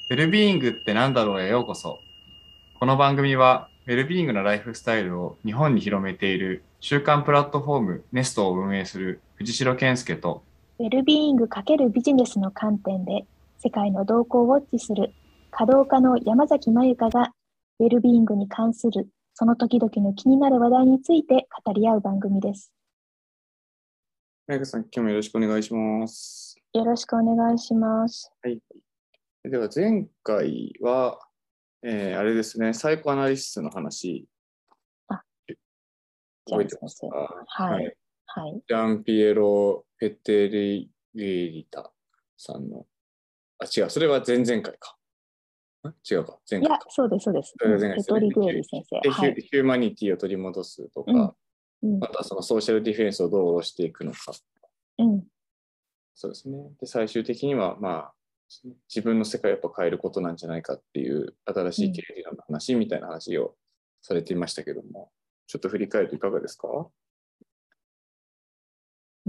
ウェルビーイングって何だろうへようこそ。この番組は、ウェルビーイングのライフスタイルを日本に広めている週刊プラットフォームネストを運営する藤代健介と、 ウェルビーイング×ビジネスの観点で世界の動向をウォッチする稼働家の山崎まゆかがウェルビーイングに関するその時々の気になる話題について語り合う番組です。 マイカさん、今日もよろしくお願いします。 よろしくお願いします。 はい。では、前回は、あれですね、サイコアナリストの話、 あ、じゃあ覚えてま先生。 すか？ はい。 はい。 はい。 ジャンピエロ・ペテリリタさんの、あ、違う、それは前々回か。違うか、前いや、 回か。 そうです、そうです。 それうん。 が前回ですよね。 ペトリグエリ先生。 で、 はい。 ヒューマニティを取り戻すとうん。 か、 うん。 またそのソーシャルディフェンスをどう下ろしていくのか。 うん。 そうですね。で、最終的には、まあ、自分の世界をやっぱ変えることなんじゃないかっていう新しい経うん。 営理論の話みたいな話をされていましたけども、ちょっと振り返るといかがですか？ うん。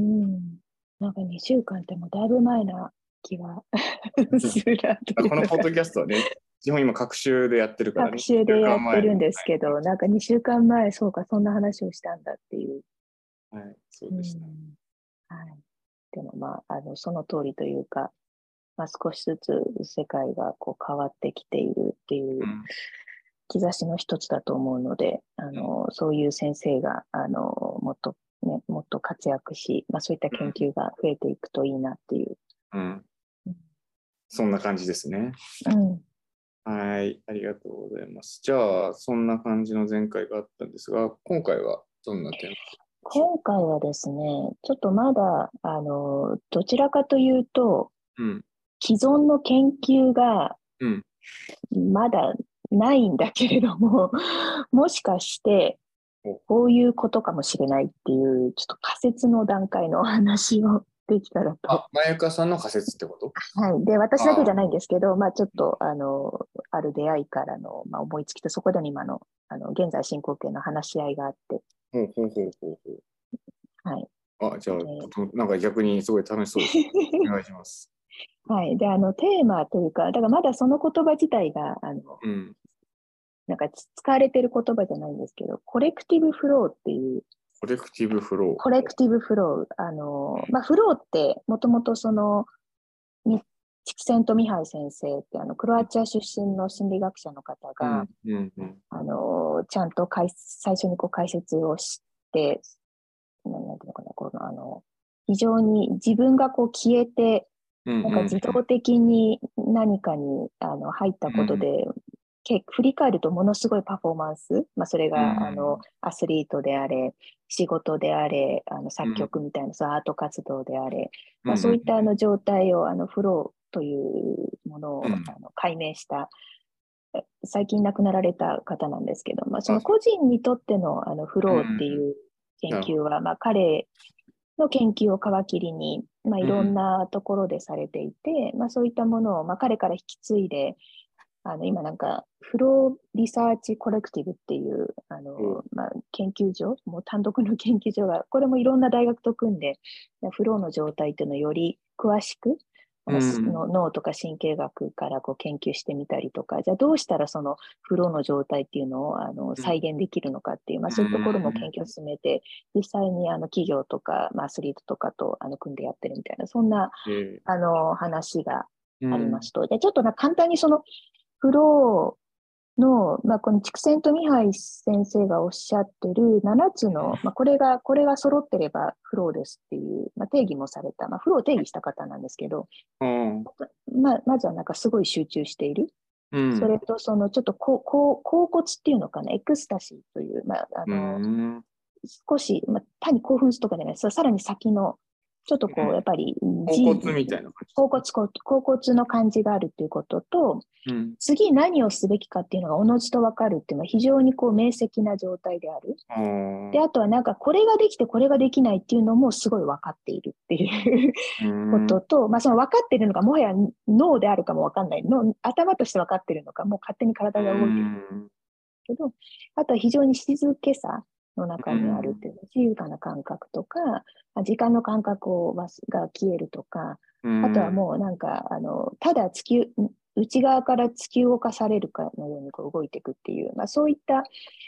なんか2週間ってもうだいぶ前な気がするなというのがこのポッドキャストはね、基本今、各週でやってるからね、 学習 1週でや間前の、 ってるんですけど、なんか2週間前、そうか、そんな話をしたんだっていう。 はい、そううでした。 ん。はい。でもまあ、その通りというか、まあ、少しずつ世界がこう変わってきているっていううん、 兆しの一つだと思うので、そういう先生が、もっとね、もっと活躍し、まあそういった研究が増えていくといいなっていう。 うん、そんな感じですね。 うん。 はい、ありがとうございます。じゃあ、そんな感じの前回があったんですが、今回はどんなテーマでしょ今回はですね、ちょっとまだ、どちらかというと、 う？うん、 既存の研究がうん、 まだないんだけれども、もしかしてお、 こういうことかもしれないっていう、ちょっと仮説の段階のお話をできたらと。 あ、まゆかさんの仮説ってこと？ はい。で、私だけああ、 じゃないんですけど、まあちょっと、ある出会いからの、まあ、思いつきと、そこでの今の、現在進行形の話し合いがあって、 ほうほうほうほうほはい。 う。あ、じゃあ、 で、 なんか逆にすごい楽しそうです。お願いします。 はい。で、テーマというか、だからまだその言葉自体が、 うん。 なんか使われてる言葉じゃないんですけど、コレクティブフローっていう、 コレクティブフロコレクティブフロー、まあ、フローってもともとその、チクセント・ミハイ先生ってクロアチア出身の心理学者の方ー。うが、 ん、うん、うん。 ちゃんと最初にこう解説をして、なんていうのかな、この非常に自分がこう消えて、 うん、 なんかうん、 自動的に何かに入ったうん。 ことで、振り返るとものすごいパフォーマンス、まあ、それうがん、 アスリートであれ、仕事であれ、作うん、 曲みたいなそのアート活動であれ、 うん、 まあ、 うん、 そういった状態をフローというものをうん。 解明した最近亡くなられた方なんですけど、まあ、そあ、 の個人にとってのフうん、 ローってうん。 いう研なるほど。 究は、まあ、彼の研究を皮切りに、まあ、いろんうん、 なところでされていて、まあ、そういったものを、まあ、彼から引き継いで、今なんか、フローリサーチコレクティブっていう、 お、 まあ、研究所、もう単独の研究所が、これもいろんな大学と組んで、フローの状態っていうのをより詳しく、 うん、 脳とか神経学からこう研究してみたりとか、じゃあどうしたらそのフローの状態っていうのをうん、 再現できるのかっていう、まあ、 うそういうところもん。 研究を進めて、実際に企業とか、まあ、アスリートとかと組んでやってるみたいな、そんな話がうん、 ありますと。で、ちょっと簡単にそのフローの、まあ、このチクセント・ミハイ先生がおっしゃってる7つの、まあ、これが揃ってればフローですっていう、まあ、定義もされた、まあ、フローを定義した方なんですけど、 うん、 まずはなんかすごい集中している。 うん、 それと、そのちょっと恍惚っていうのかな、エクスタシーという、まあ、 うん。 少し、まあ、単に興奮するとかじゃないです。さらに先の、ちょっとこう、やっぱり、 恍惚みたいな感じですね。 恍惚の感じがあるっていうことと、 うん。 次何をすべきかっていうのがおのずと分かるっていうのは非常にこう明晰な状態である。 あで、ああ、 とはなんかこれができてこれができないっていうのもすごい分かっているっていううん、 ことと、まあその分かっているのがもはや脳であるかも分かんない。頭として分かっているのか、もう勝手にう体が動いているん、 けど、あとは非常に静けさの中うにあるっん、 ていう、静かな感覚とか、時間の感覚が消えるとか、 うあとはん、 もうなんか、ただ内側から突き動かされるかのようにこう動いていくっていう、そういった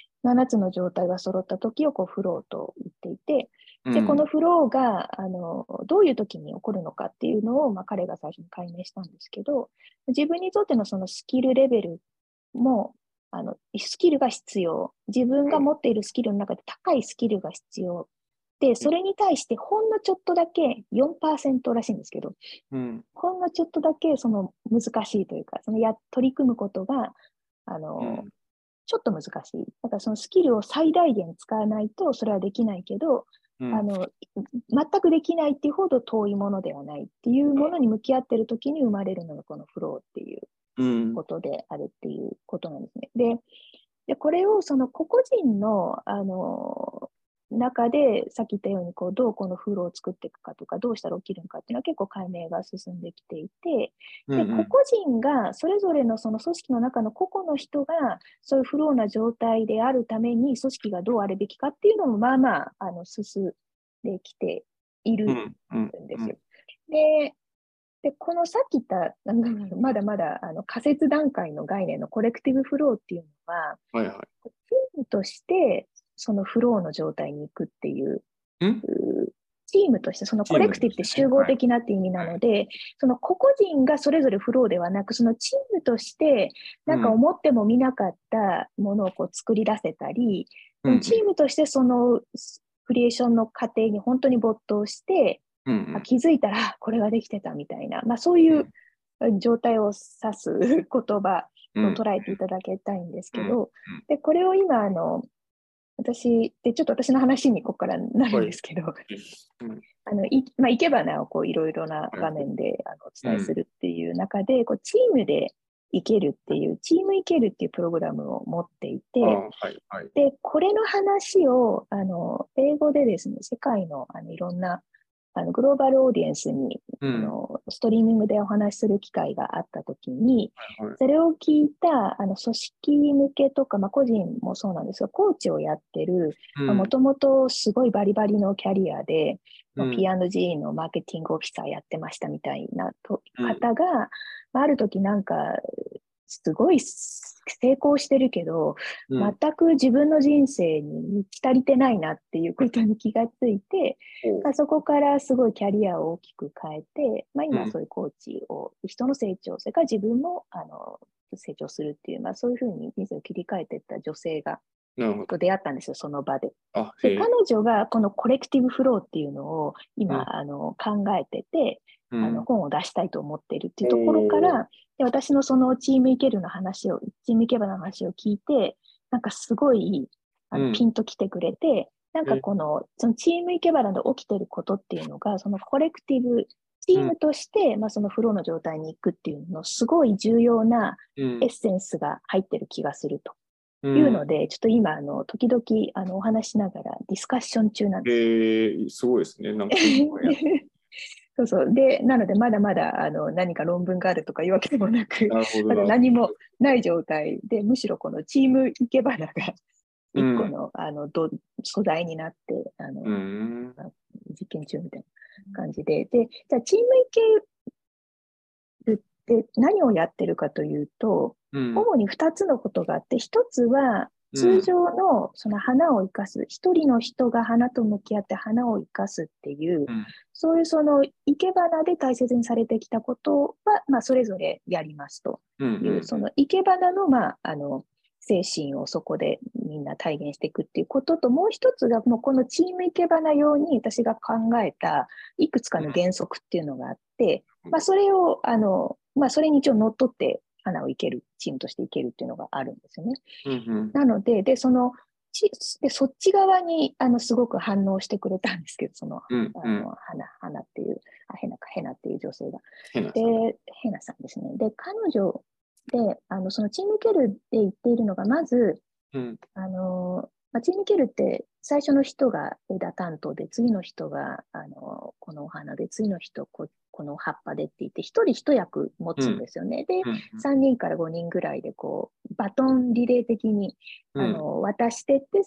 7つの状態が揃った時をこうフローと言っていて、で、このフローが、どういう時に起こるのかっていうのを、彼が最初に解明したんですけど、自分にとってのそのスキルレベルも、スキルが必要。自分が持っているスキルの中で高いスキルが必要。で、それに対してほんのちょっとだけ4%らしいんですけど、ほんのちょっとだけその難しいというか、取り組むことが、ちょっと難しい。だからそのスキルを最大限使わないとそれはできないけど、全くできないっていうほど遠いものではないっていうものに向き合っているときに生まれるのがこのフローっていうことであるっていうことなんですね。でこれをその個々人の、中でさっき言ったようにどうこのフローを作っていくかとかどうしたら起きるのかっていうのは結構解明が進んできていて、で個々人がそれぞれのその組織の中の個々の人がそういうフローな状態であるために組織がどうあるべきかっていうのも進んできているんですよ。でこのさっき言ったまだまだ仮説段階の概念のコレクティブフローっていうのは、チームとしてそのフローの状態に行くっていうチームとして、そのコレクティブって集合的なって意味なので、その個々人がそれぞれフローではなく、そのチームとして思ってもみなかったものを作り出せたり、チームとしてそのクリエーションの過程に本当に没頭して、気づいたらこれができてたみたいな、そういう状態を指す言葉と捉えていただきたいんですけど、でこれを今私でちょっと私の話にここからなるんですけど、生け花をいろいろな場面でお伝えするっていう中で、チームで生けるっていうチーム生けるっていうプログラムを持っていて、でこれの話を英語でですね、世界のいろんなグローバルオーディエンスに、ストリーミングでお話しする機会があったときに、それを聞いた組織向けとか、個人もそうなんですが、コーチをやってる、もともとすごいバリバリのキャリアで、P&G のマーケティングオフィサーやってましたみたいな方が、ある時すごい成功してるけど、全く自分の人生に満ち足りてないなっていうことに気がついて、そこからすごいキャリアを大きく変えて、今そういうコーチを、人の成長、それから自分も成長するっていう、そういうふうに人生を切り替えていった女性がと出会ったんですよ、その場で。で彼女がこのコレクティブフローっていうのを今、考えてて、本を出したいと思っているっていうところから、で私のそのチームイケルの話を、チームイケバの話を聞いて、すごいピンときてくれて、そのチームイケバラで起きてることっていうのが、そのコレクティブ、チームとして、そのフローの状態に行くっていうのすごい重要なエッセンスが入ってる気がするというので、ちょっと今時々お話しながらディスカッション中なんです。 すごいですね。 そうそう。で、なので、まだまだ何か論文があるとかいうわけでもなく、まだ何もない状態で、むしろこのチーム生け花が一個の、素材になって、実験中みたいな感じで。で、じゃあ、チーム生けるって何をやってるかというと、主に2つのことがあって、1つは、通常のその花を生かす、一人の人が花と向き合って花を生かすっていう、そういうその生け花で大切にされてきたことは、それぞれやりますという、その生け花の、精神をそこでみんな体現していくっていうことと、もう一つが、もうこのチーム生け花用に私が考えたいくつかの原則っていうのがあって、それを、それに一応乗っ取って、花を生ける、チームとして生けるっていうのがあるんですよね。なので、そっち側にすごく反応してくれたんですけど、花っていう、ヘナっていう女性が。で、ヘナさんですね。で、彼女で、そのチームケルで言っているのが、まず、チームケルって最初の人が枝担当で、次の人がこのお花で、次の人この葉っぱでって言って、一人一役持つんですよね。で、3人から5人ぐらいでバトンリレー的に渡してって、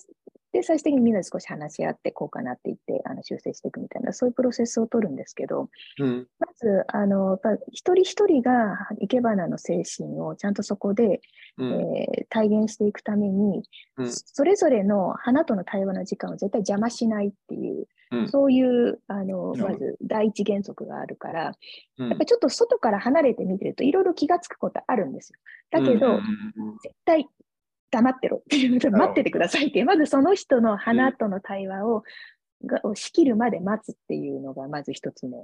で、最終的にみんなで少し話し合って、こうかなって言って、修正していくみたいな、そういうプロセスを取るんですけど、 うん。 まず、やっぱ一人一人が生け花の精神をちゃんとそこで、 うん。 体現していくために、 うん。 それぞれの花との対話の時間を絶対邪魔しないっていう、 うん。 そういう、まなるほど。 ず第一原則があるから、 うやっぱん。 りちょっと外から離れて見てるといろいろ気がつくことあるんですよ。だけど、絶対黙ってろっていう、 なるほど。 待っててくださいって、まずその人の花との対話を仕切るまで待つっていうのがまず一つ目。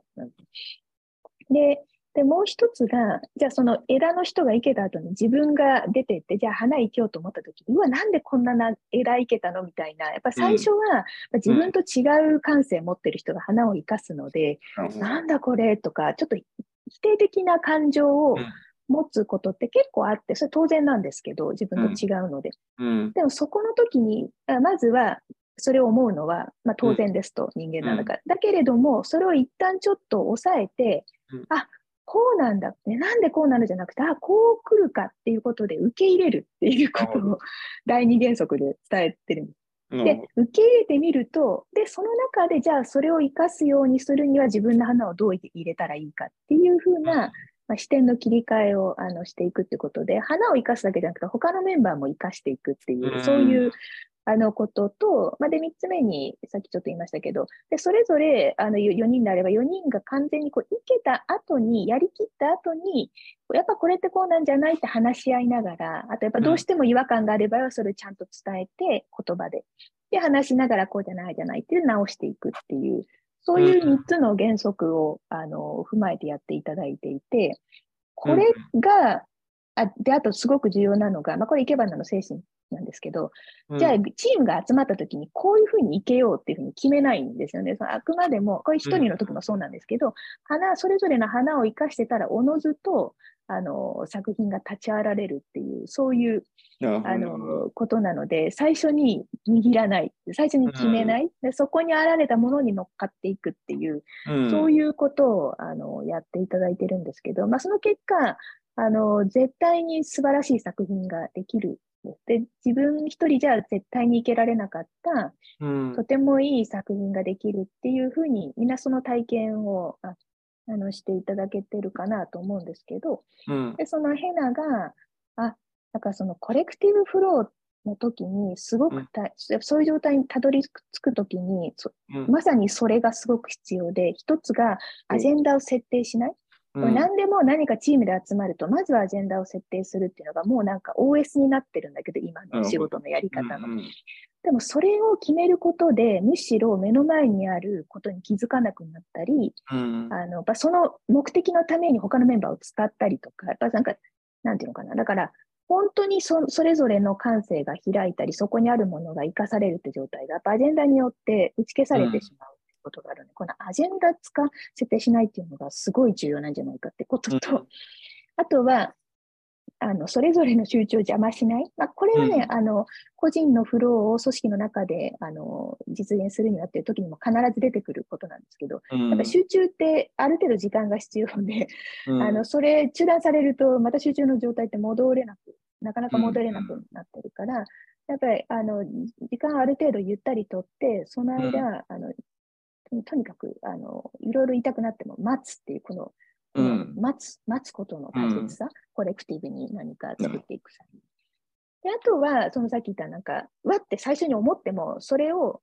で、もう一つが、じゃあその枝の人が生けた後に自分が出てって、じゃあ花生けようと思った時に、うわ、なんでこんな枝生けたのみたいな。やっぱ最初は自分と違う感性を持ってる人が花を生かすので、なんだこれとか、ちょっと否定的な感情を持つことって結構あって、それ当然なんですけど、自分と違うので。でもそこの時に、まずはそれを思うのは、まあ、当然ですと、人間なんだから。だけれども、それを一旦ちょっと抑えて、あ、こうなんだって、なんでこうなるじゃなくて、あ、こう来るかっていうことで受け入れるっていうことを第二原則で伝えてるんです。で、受け入れてみると、で、その中でじゃあそれを活かすようにするには自分の花をどう入れたらいいかっていうふうな、まあ、視点の切り替えをしていくってことで、花を生かすだけじゃなくて、他のメンバーも生かしていくっていう、そういうことと、まあ、で、3つ目に、さっきちょっと言いましたけど、で、それぞれ、4人であれば、4人が完全にこう、生けた後に、やりきった後に、やっぱこれってこうなんじゃないって話し合いながら、あとやっぱどうしても違和感があれば、それをちゃんと伝えて、言葉で。で、話しながらこうじゃないじゃないって直していくっていう、そういう3つの原則を、踏まえてやっていただいていて、これが、あとすごく重要なのが、まあ、これ生け花の精神なんですけど、じゃあチームが集まった時にこういうふうに生けようっていうふうに決めないんですよね。あくまでも、これ一人の時もそうなんですけど、それぞれの花を生かしてたらおのずと、作品が立ち上がられるっていう、そういう、ことなので、最初に握らない、最初に決めない、でそこにあられたものに乗っかっていくっていう、そういうことをやっていただいてるんですけど、まあ、その結果、絶対に素晴らしい作品ができる。で、自分一人じゃ絶対に生けられなかった、とてもいい作品ができるっていうふうに、みんなその体験をしていただけてるかなと思うんですけど、で、そのヘナが、なんかそのコレクティブフローの時に、すごくそういう状態にたどり着く時に、まさにそれがすごく必要で、一つがアジェンダを設定しない。何でも何かチームで集まると、まずはアジェンダを設定するっていうのがもうなんか OS になってるんだけど、今の仕事のやり方の。でもそれを決めることで、むしろ目の前にあることに気づかなくなったり、その目的のために他のメンバーを使ったりとか、やっぱなんか、なんていうのかな。だから、本当にそれぞれの感性が開いたり、そこにあるものが生かされるって状態が、やっぱアジェンダによって打ち消されてしまうことがあるので、このアジェンダ設定しないっていうのがすごい重要なんじゃないかってことと、あとは、それぞれの集中を邪魔しない。まあ、これはね、個人のフローを組織の中で、実現するにはっていう時にも必ず出てくることなんですけど、やっぱ集中ってある程度時間が必要で、それ中断されると、また集中の状態ってなかなか戻れなくなってるから、やっぱり、時間ある程度ゆったりとって、その間、とにかく、いろいろ言いたくなっても待つっていう、この待つことの大切さ、コレクティブに何か作っていく際に。で、あとは、そのさっき言ったなんか、わって最初に思っても、それを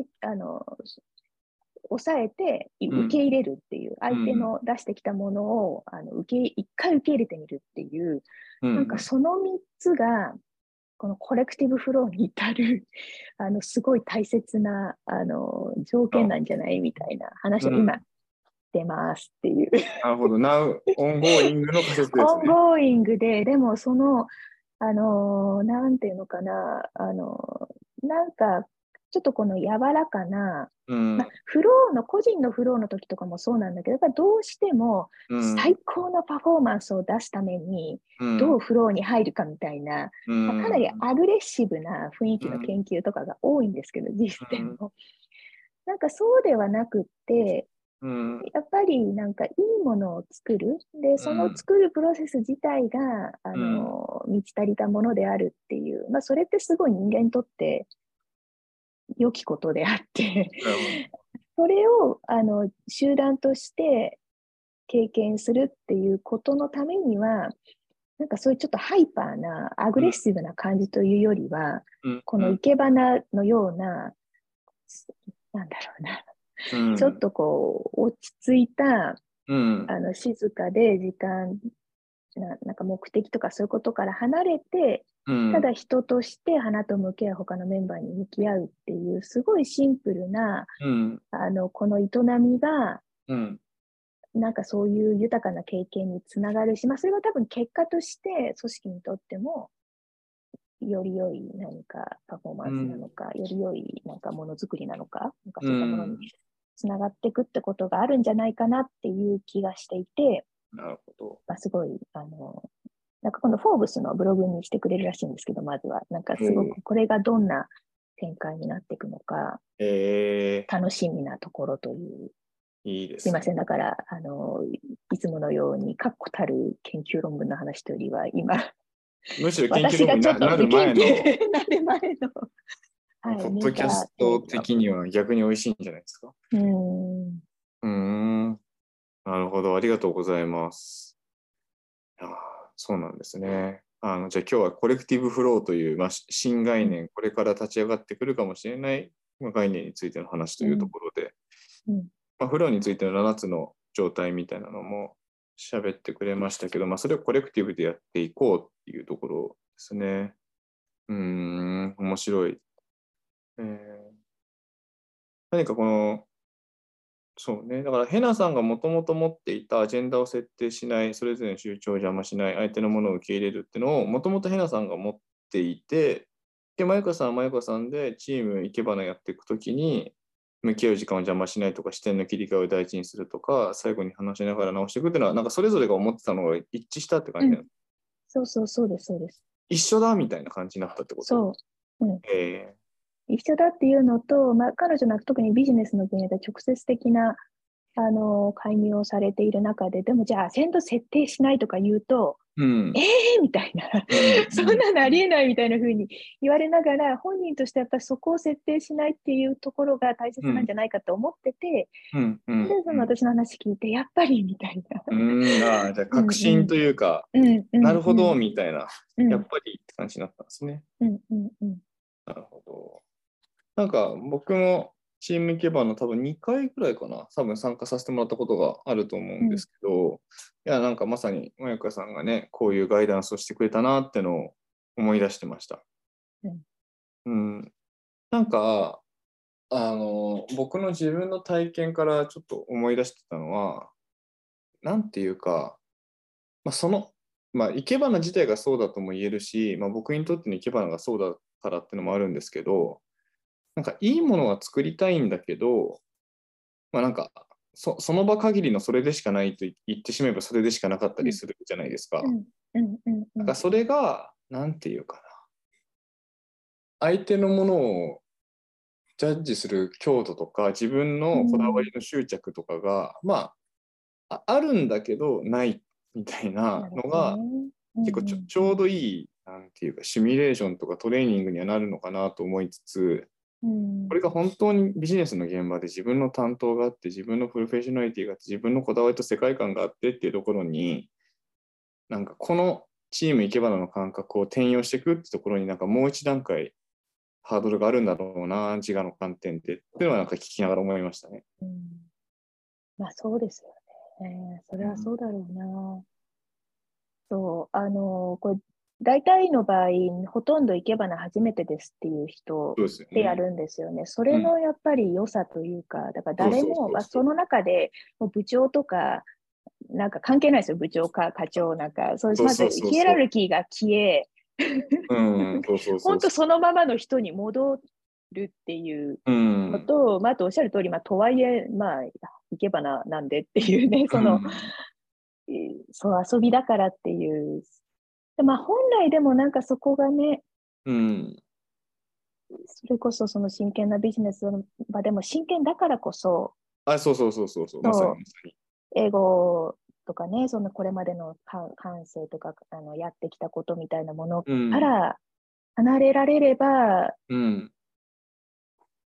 抑えて受け入れるっていう、相手の出してきたものを一回受け入れてみるっていう、なんかその3つが、このコレクティブフローに至る、すごい大切な、条件なんじゃないみたいな話を今、出ますっていう。 なるほど。Now, オンゴーイングの仮説ですね。 オンゴーイングで、でもその、なんていうのかな、なんか、ちょっとこの柔らかな、フローの、個人のフローの時とかもそうなんだけど、やっぱりどうしても最高のパフォーマンスを出すために、どうフローに入るかみたいな、かなりアグレッシブな雰囲気の研究とかが多いんですけど、実践も。なんかそうではなくって、やっぱりなんかいいものを作る。で、その作るプロセス自体が、満ち足りたものであるっていう。まあ、それってすごい人間にとって良きことであって、 なるそれを集団として経験するっていうことのためには、なんかそういうちょっとハイパーな、アグレッシブな感じというよりは、この生け花のような、なんだろうな、ちょっとこう、落ち着いた、静かで時間、なんか目的とかそういうことから離れて、ただ人として花と向き合う他のメンバーに向き合うっていう、すごいシンプルな、この営みが、なんかそういう豊かな経験につながるし、それが多分結果として組織にとっても、より良い何かパフォーマンスなのか、より良いなんかものづくりなのか、なんかそういったものにつながっていくってことがあるんじゃないかなっていう気がしていて、 なるほど。 すごい、なんか今度フォーブスのブログにしてくれるらしいんですけど、まずは、なんかすごくこれがどんな展開になっていくのか、楽しみなところという。 いいですね。 すいません。だから、いつものように確固たる研究論文の話というよりは、今、 むしろ研究論文になる前の、ポッドキャスト的には逆に美味しいんじゃないですか。なるほど。ありがとうございます。そうなんですね。じゃあ今日はコレクティブフローという、新概念、これから立ち上がってくるかもしれない概念についての話というところで、フローについての7つの状態みたいなのも喋ってくれましたけど、それをコレクティブでやっていこうっていうところですね。面白い。何かこの、そうね、だからヘナさんがもともと持っていたアジェンダを設定しない、それぞれの集中を邪魔しない、相手のものを受け入れるっていうのをもともとヘナさんが持っていて、で、まゆかさんはまゆかさんでチーム生け花やっていくときに、向き合う時間を邪魔しないとか、視点の切り替えを大事にするとか、最後に話しながら直していくっていうのは、なんかそれぞれが思ってたのが一致したって感じなの、 そうです。 一緒だみたいな感じになったってこと。 そう。一緒だっていうのと、彼女の特にビジネスの分野で直接的な介入をされている中で、でもじゃあ、先度設定しないとか言うと、みたいな、そんなのありえないみたいな風に言われながら、本人としてやっぱりそこを設定しないっていうところが大切なんじゃないかと思ってて、で、その私の話聞いて、やっぱりみたいな。じゃあ、確信というか、なるほど、みたいな、やっぱりって感じになったんですね。なるほど。なんか、僕もチームイケバの多分2回くらいかな、多分参加させてもらったことがあると思うんですけど、いや、なんかまさに、まゆかさんがね、こういうガイダンスをしてくれたなってのを思い出してました。なんか、僕の自分の体験からちょっと思い出してたのは、なんていうか、生け花自体がそうだとも言えるし、僕にとっての生け花がそうだからっていうのもあるんですけど、なんかいいものは作りたいんだけど、なんかその場限りのそれでしかないと言ってしまえばそれでしかなかったりするじゃないですか。なんかそれが、なんていうかな。相手のものをジャッジする強度とか、自分のこだわりの執着とかが、あるんだけどないみたいなのが、結構ちょうどいい、なんていうか、シミュレーションとかトレーニングにはなるのかなと思いつつ、これが本当にビジネスの現場で自分の担当があって、自分のプロフェッショナリティがあって、自分のこだわりと世界観があってっていうところに、なんかこのチームいけばなの感覚を転用していくってところになんかもう一段階ハードルがあるんだろうな、自我の観点でっていうのはなんか聞きながら思いましたね。 そうですよね。それはそうだろうな。これ大体の場合、ほとんど生け花初めてですっていう人でやるんですよね。それのやっぱり良さというか、だから誰も、その中でもう部長とか、なんか関係ないですよ、部長か課長なんか、そういうまずヒエラルキーが消え、本当そのままの人に戻るっていうのと、あとおっしゃる通り、とはいえ、生け花なんでっていうね、そう遊びだからっていう。本来でもなんかそこがね、それこそその真剣なビジネスの場でも真剣だからこそ、 まさに。 英語とかね、そのこれまでの感性とかやってきたことみたいなものから離れられれば、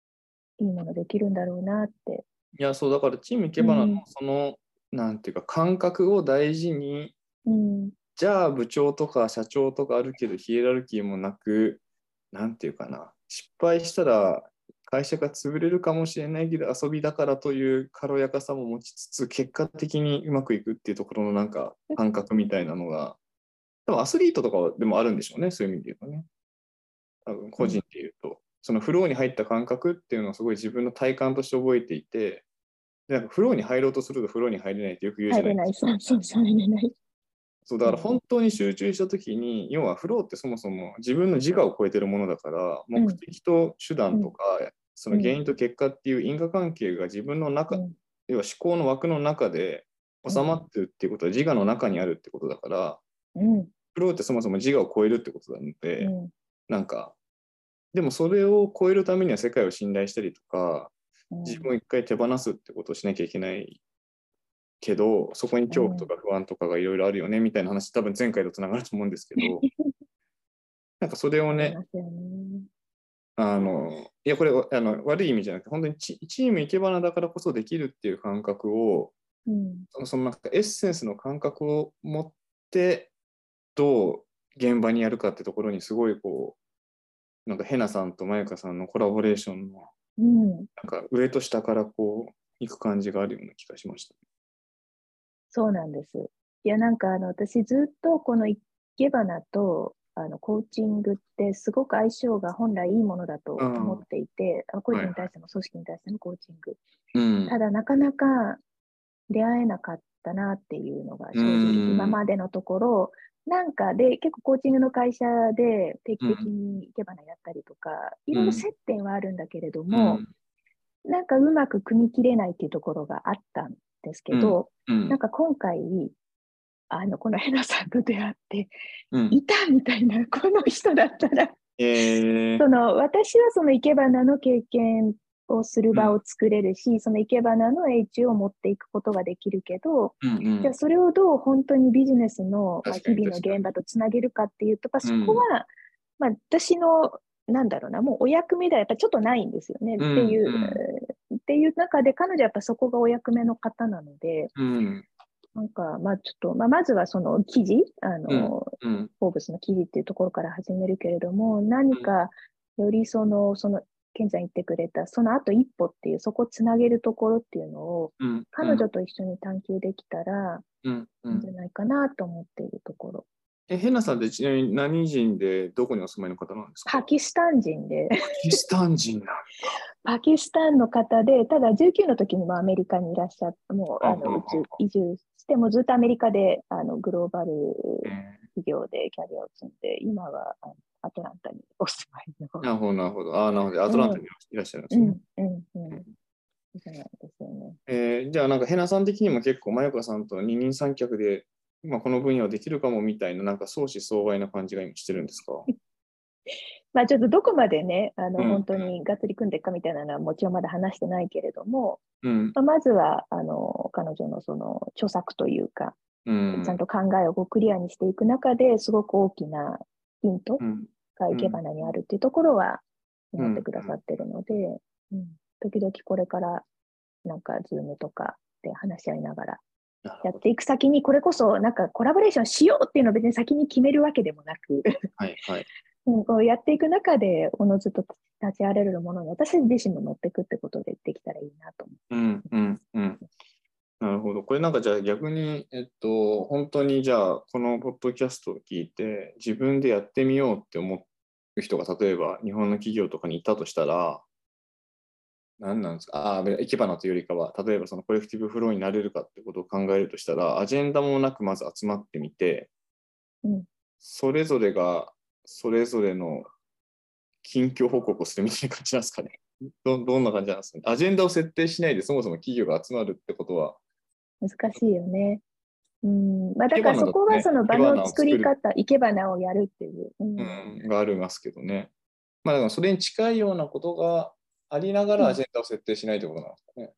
いいものできるんだろうなって。 いや、そうだからチームいけばなのその、なんていうか感覚を大事に、じゃあ部長とか社長とかあるけどヒエラルキーもなく、なんていうかな、失敗したら会社が潰れるかもしれないけど遊びだからという軽やかさも持ちつつ、結果的にうまくいくっていうところのなんか感覚みたいなのが、多分アスリートとかでもあるんでしょうね、そういう意味で言うとね。多分個人で言うと、そのフローに入った感覚っていうのをすごい自分の体感として覚えていて、でなんかフローに入ろうとするとフローに入れないってよく言うじゃないですか。 入れない、そう、入れない。 そうだから本当に集中したときに、要はフローってそもそも自分の自我を超えてるものだから、目的と手段とか、その原因と結果っていう因果関係が自分の中、要は思考の枠の中で収まってるっていうことは自我の中にあるってことだから、フローってそもそも自我を超えるってことなので、なんか、でもそれを超えるためには世界を信頼したりとか、自分を一回手放すってことをしなきゃいけないけど、そこに恐怖とか不安とかがいろいろあるよねみたいな話、多分前回とつながると思うんですけど、なんかそれをね、いやこれ悪い意味じゃなくて、本当にチームいけばなだからこそできるっていう感覚を、そのなんかエッセンスの感覚を持って、どう現場にやるかってところにすごいこう、なんかヘナさんとマユカさんのコラボレーションの、なんか上と下からこう、行く感じがあるような気がしました。 そうなんです。いや、なんか私ずっとこのいけばなとコーチングってすごく相性が本来いいものだと思っていて、個人に対しても組織に対してもコーチング。ただなかなか出会えなかったなっていうのが正直、今までのところ、なんかで結構コーチングの会社で定期的にいけばなやったりとか、いろいろ接点はあるんだけれども、なんかうまく組み切れないっていうところがあったんですけど、なんか今回、このヘナさんと出会って、いたみたいな、この人だったら、私はそのいけばなの経験をする場を作れるし、そのいけばなの英知を持っていくことができるけど、じゃあそれをどう本当にビジネスの日々の現場とつなげるかっていうと、そこは、私のなんだろうな、もうお役目ではやっぱりちょっとないんですよね、っていう中で、彼女はやっぱそこがお役目の方なので、なんか、ちょっと、まずはその記事、フォーブスの記事っていうところから始めるけれども、何かよりケンちゃん言ってくれた、その後一歩っていう、そこをつなげるところっていうのを、彼女と一緒に探求できたら、いいんじゃないかなと思っているところ。 ヘナさんってちなみに何人でどこにお住まいの方なんですか？ パキスタン人で。 パキスタン人なんだ。 パキスタンの方で、ただ19の時にもアメリカにいらっしゃって、もう移住して、もうずっとアメリカでグローバル企業でキャリアを積んで、今はアトランタにお住まいの。 なるほど、なるほど。なるほど。アトランタにいらっしゃるんですね。 そうなんですよね。 じゃあなんかヘナさん的にも結構マユカさんと二人三脚で、この分野はできるかもみたいな、なんか相思相愛な感じが今してるんですか？ ちょっとどこまでね、本当にがっつり組んでいくかみたいなのはもちろんまだ話してないけれども、まずは彼女のその著作というか、ちゃんと考えをクリアにしていく中ですごく大きなヒントがいけばなにあるっていうところは思ってくださってるので、時々これからなんかズームとかで話し合いながらやっていく先に、これこそなんかコラボレーションしようっていうのを別に先に決めるわけでもなくこうやっていく中でおのずと立ち上がれるものに私自身も乗っていくってことでできたらいいなと思って。 なるほど。これなんかじゃあ逆に、本当にじゃあこのポッドキャストを聞いて自分でやってみようって思う人が例えば日本の企業とかにいたとしたら、何なんですか？いけばなというよりかは、例えばそのコレクティブフローになれるかってことを考えるとしたら、アジェンダもなくまず集まってみて、それぞれがそれぞれの近況報告をするみたいな感じなんですかね。どんな感じなんですかね。アジェンダを設定しないでそもそも企業が集まるってことは難しいよね。だからそこはその場の作り方、いけばなをやるっていう、 がありますけどね。だからそれに近いようなことがありながらアジェンダを設定しないということなんですかね。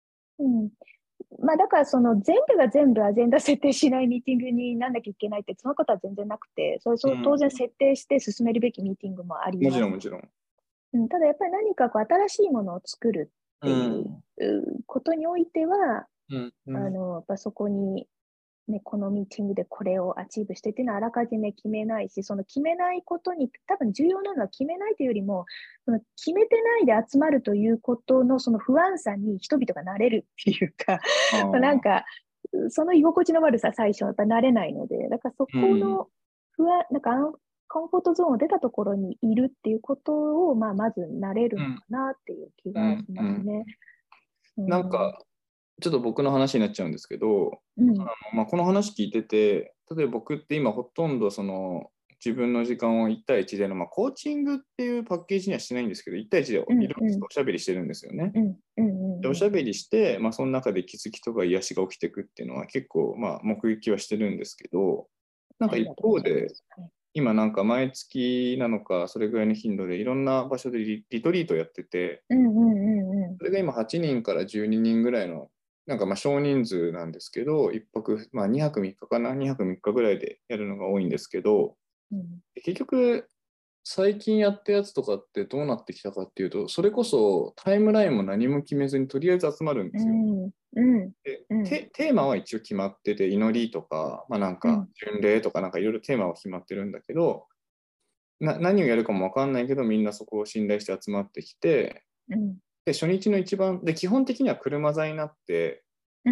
だからその全部が全部アジェンダ設定しないミーティングになんなきゃいけないって、そのことは全然なくて、当然設定して進めるべきミーティングもあります。 もちろん。 ただやっぱり何かこう新しいものを作るっていうことにおいては、やっぱそこに、ね、このミーティングでこれをアチーブしてっていうのはあらかじめ決めないし、その決めないことに、多分重要なのは決めないというよりも、その決めてないで集まるということのその不安さに人々が慣れるっていうか、なんか、その居心地の悪さ、最初はやっぱ慣れないので、だからそこの不安、なんかコンフォートゾーンを出たところにいるっていうことを、まず慣れるのかなっていう気がしますね。 なんか、ちょっと僕の話になっちゃうんですけど、この話聞いてて、例えば僕って今ほとんどその自分の時間を1対1での、コーチングっていうパッケージにはしてないんですけど、1対1でいろんな人とおしゃべりしてるんですよね。でおしゃべりして、その中で気づきとか癒しが起きていくっていうのは結構目撃はしてるんですけど、なんか一方で、今なんか毎月なのかそれぐらいの頻度でいろんな場所でリトリートやってて、それが今8人から12人ぐらいのなんか少人数なんですけど、1泊、2泊3日かな、2泊3日ぐらいでやるのが多いんですけど、結局最近やったやつとかってどうなってきたかっていうと、それこそタイムラインも何も決めずにとりあえず集まるんですよ。でテーマは一応決まってて、祈りとか、なんか巡礼とかなんかいろいろテーマは決まってるんだけど、何をやるかも分かんないけど、みんなそこを信頼して集まってきて、で初日の一番で基本的には車座になって、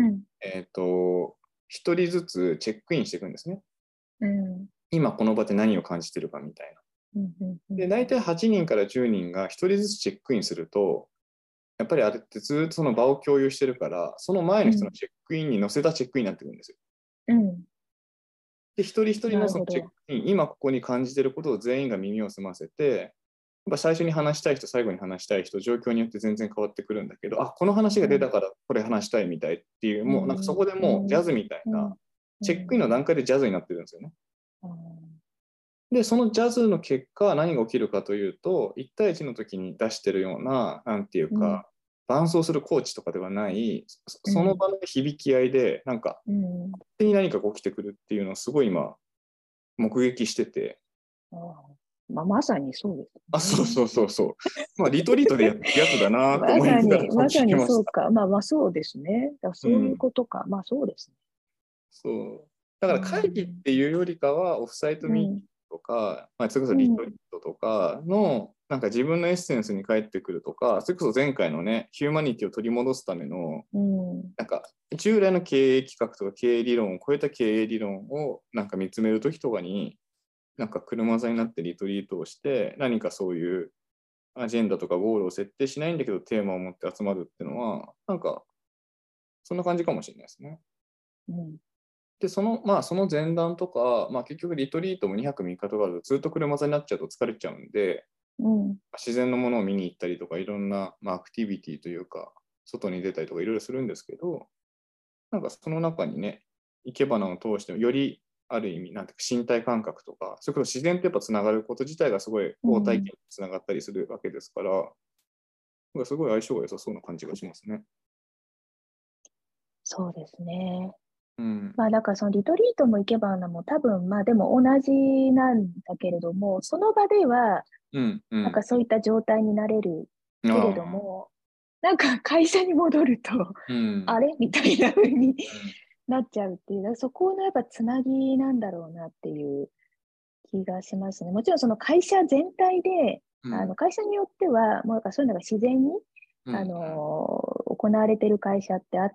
一人ずつチェックインしていくんですね。今この場で何を感じてるかみたいな。で大体8人から10人が1人ずつチェックインすると、やっぱりあれってずっとその場を共有してるから、その前の人のチェックインに乗せたチェックインになってくるんですよ。で一人一人のそのチェックイン、今ここに感じてることを全員が耳を澄ませて、やっぱ最初に話したい人、最後に話したい人、状況によって全然変わってくるんだけど、この話が出たからこれ話したいみたいっていう、もうなんかそこでもうジャズみたいな、チェックインの段階でジャズになってるんですよね。で、そのジャズの結果、何が起きるかというと、1対1の時に出してるような、なんていうか、伴走するコーチとかではない、その場の響き合いで、なんか、勝手に何かが起きてくるっていうのをすごい今、目撃してて。 まさにそうです、 ね。そう。リトリートでやってるやつだなと思いながらまさにそうか。そうですね。そういうことか。そうですね。 そう。だから会議っていうよりかは、オフサイトミーティングとか、それこそリトリートとかの、なんか自分のエッセンスに返ってくるとか、それこそ前回のね、ヒューマニティを取り戻すための、なんか従来の経営企画とか経営理論を超えた経営理論をなんか見つめるときとかに、なんか車座になってリトリートをして、何かそういうアジェンダとかゴールを設定しないんだけど、テーマを持って集まるっていうのは、なんか、そんな感じかもしれないですね。で、その前段とか、結局リトリートも2泊3日とかでずっと車座になっちゃうと疲れちゃうんで、自然のものを見に行ったりとか、いろんな、アクティビティというか、外に出たりとかいろいろするんですけど、なんかその中にね、生け花を通してよりある意味、なんていうか身体感覚とか、それこそ自然とやっぱつながること自体がすごい好体験につながったりするわけですから、すごい相性が良さそうな感じがしますね。 そうですね。だからそのリトリートも生け花も多分でも同じなんだけれども、その場ではなんかそういった状態になれるけれども、なんか会社に戻ると、あれみたいな風になっちゃうっていう、そこのやっぱつなぎなんだろうなっていう気がしますね。もちろんその会社全体で、会社によっては、もうそういうのが自然に、行われている会社ってあって、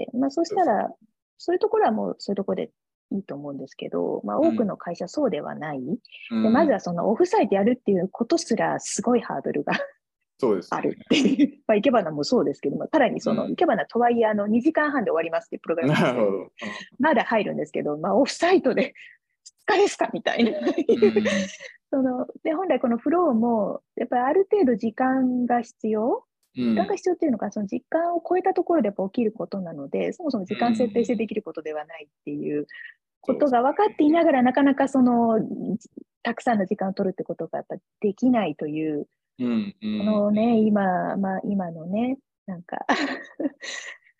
そうしたら、そういうところはもうそういうところでいいと思うんですけど、多くの会社そうではない。でまずはそのオフサイトやるっていうことすらすごいハードルがあるっていう。生け花もそうですけども、さらにその生け花とはいえ2時間半で終わりますっていうプログラムなので、まだ入るんですけど、オフサイトで2日ですかみたいな。で本来このフローも、やっぱりある程度時間が必要。時間が必要っていうのが、その時間を超えたところでやっぱ起きることなので、そもそも時間設定してできることではないっていうことが分かっていながら、なかなかたくさんの時間を取るってことがやっぱできないという、このね、今のね、なんか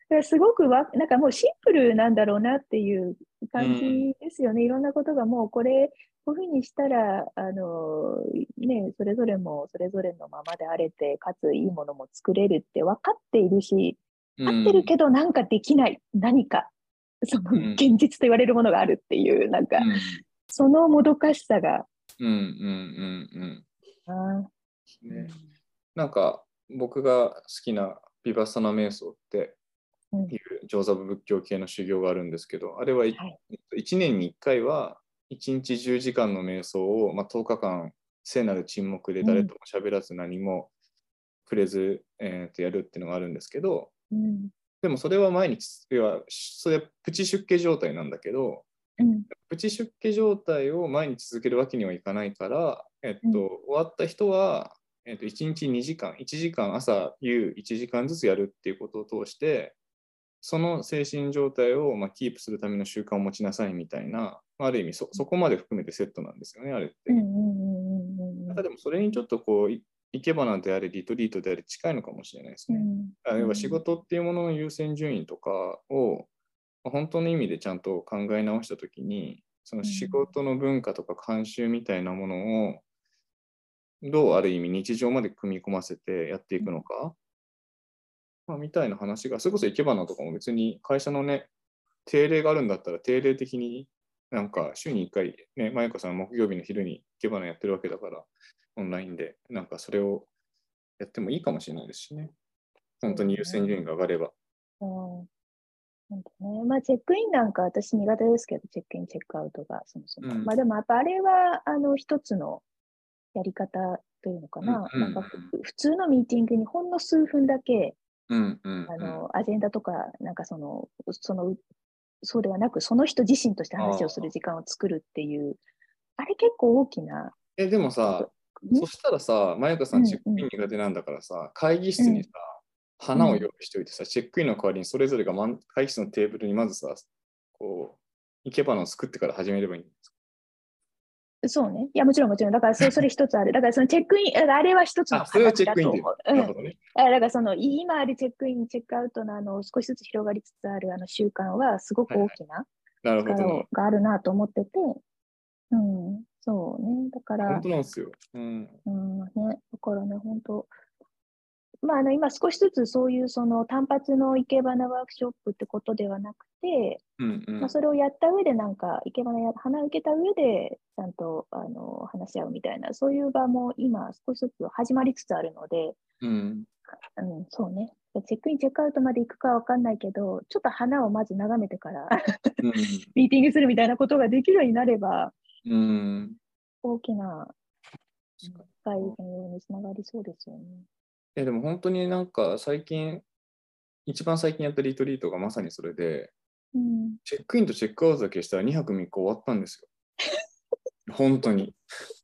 からすごくなんかもうシンプルなんだろうなっていう感うんじですよね。いろんなことがもうこれ、こういうふうにしたら、それぞれもそれぞれのままであれて、かついいものも作れるって分かっているし、 う分かってるんけどなんかできない何か、そのうん現実と言われるものがあるっていう、なんか、 うんそのもどかしさが、 うんうんあーね、なんか僕が好きなビパッサナ瞑想ってうんいう上座部仏教系の修行があるんですけど、あれははい 1年に1回は1日10時間の瞑想を、10日間聖なる沈黙で誰とも喋らず何も触れず、やるっていうのがあるんですけど、 うんでもそれは毎日、それはプチ出家状態なんだけど、 うんプチ出家状態を毎日続けるわけにはいかないから、 うん終わった人は、1日2時間、1時間朝夕1時間ずつやるっていうことを通して、その精神状態をキープするための習慣を持ちなさいみたいな、ある意味そこまで含めてセットなんですよね、あれって。 うんうんうんうんただでもそれにちょっとこう、生け花であれ、リトリートであれ近いのかもしれないですね。要は仕事っていうものの優先順位とかを本当の意味でちゃんと考え直したときに、その仕事の文化とか慣習みたいなものをどうある意味日常まで組み込ませてやっていくのか、みたいな話が、それこそ生け花とかも別に会社のね、定例があるんだったら定例的になんか週に1回ね、まゆかさん木曜日の昼に生け花やってるわけだから、オンラインでなんかそれをやってもいいかもしれないですしね。本当に優先順位が上がれば。 なんかね、チェックインなんか私苦手ですけど、チェックイン、チェックアウトがそもそも。でもやっぱあれは、一つのやり方というのかな。なんか普通のミーティングにほんの数分だけ、アジェンダとか、なんかそうではなく、その人自身として話をする時間を作るっていう、あれ結構大きな。 でもさ、そしたらさ、まゆかさんチェックイン苦手なんだからさ、会議室にさ、花を用意しておいてさ、チェックインの代わりにそれぞれが会議室のテーブルにまずさ、こう、生け花を作ってから始めればいいんですか？ そうね。いや、もちろんもちろん。だからそれ一つある。だからそのチェックイン、あれは一つの形だと思う。 なるほどね。 だから今あるチェックイン、チェックアウトの少しずつ広がりつつある習慣はすごく大きな力があるなと思ってて、そうね。だから、 本当なんですよ。 ね、だからね、本当。今少しずつそういう単発の生け花ワークショップってことではなくて、それをやった上でなんか生け花を受けた上でちゃんと話し合うみたいな、そういう場も今少しずつ始まりつつあるので、そうね。チェックイン、チェックアウトまで行くかわかんないけど、ちょっと花をまず眺めてからミーティングするみたいなことができるようになれば、大きな改善につながりそうですよね。 でも本当になんか一番最近やったリトリートがまさにそれで、チェックインとチェックアウトだけしたら2泊3日終わったんですよ。本当に。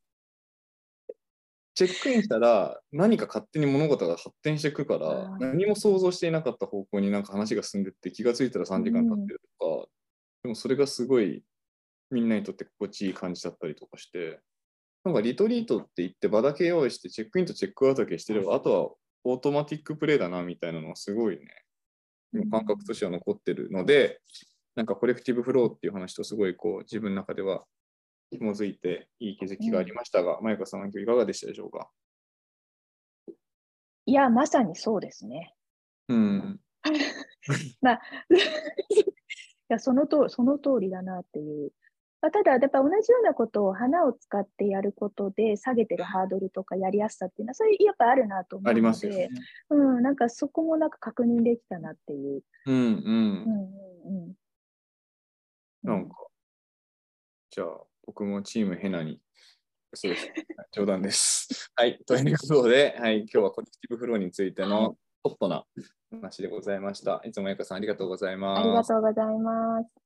チェックインしたら何か勝手に物事が発展していくから、何も想像していなかった方向になんか話が進んでって気がついたら3時間経ってるとか、でもそれがすごいみんなにとって心地いい感じだったりとかして、なんかリトリートって言って場だけ用意してチェックインとチェックアウトだけしてれば、あとはオートマティックプレイだなみたいなのはすごいね、感覚としては残ってるので、なんかコレクティブフローっていう話とすごいこう自分の中では紐づいていい気づきがありましたが、まゆかさんは今日いかがでしたでしょうか？ いや、まさにそうですね。いやその通りだなっていう。ただ、やっぱ同じようなことを花を使ってやることで下げてるハードルとかやりやすさっていうのは、それやっぱあるなと思うので、 ありますよね。 なんかそこもなんか確認できたなっていう。 なんか、じゃあ僕もチームヘナに、そうです。冗談です。はい、ということで、はい、今日はコレクティブフローについてのホットな話でございました。いつもまゆかさんありがとうございます。 ありがとうございます。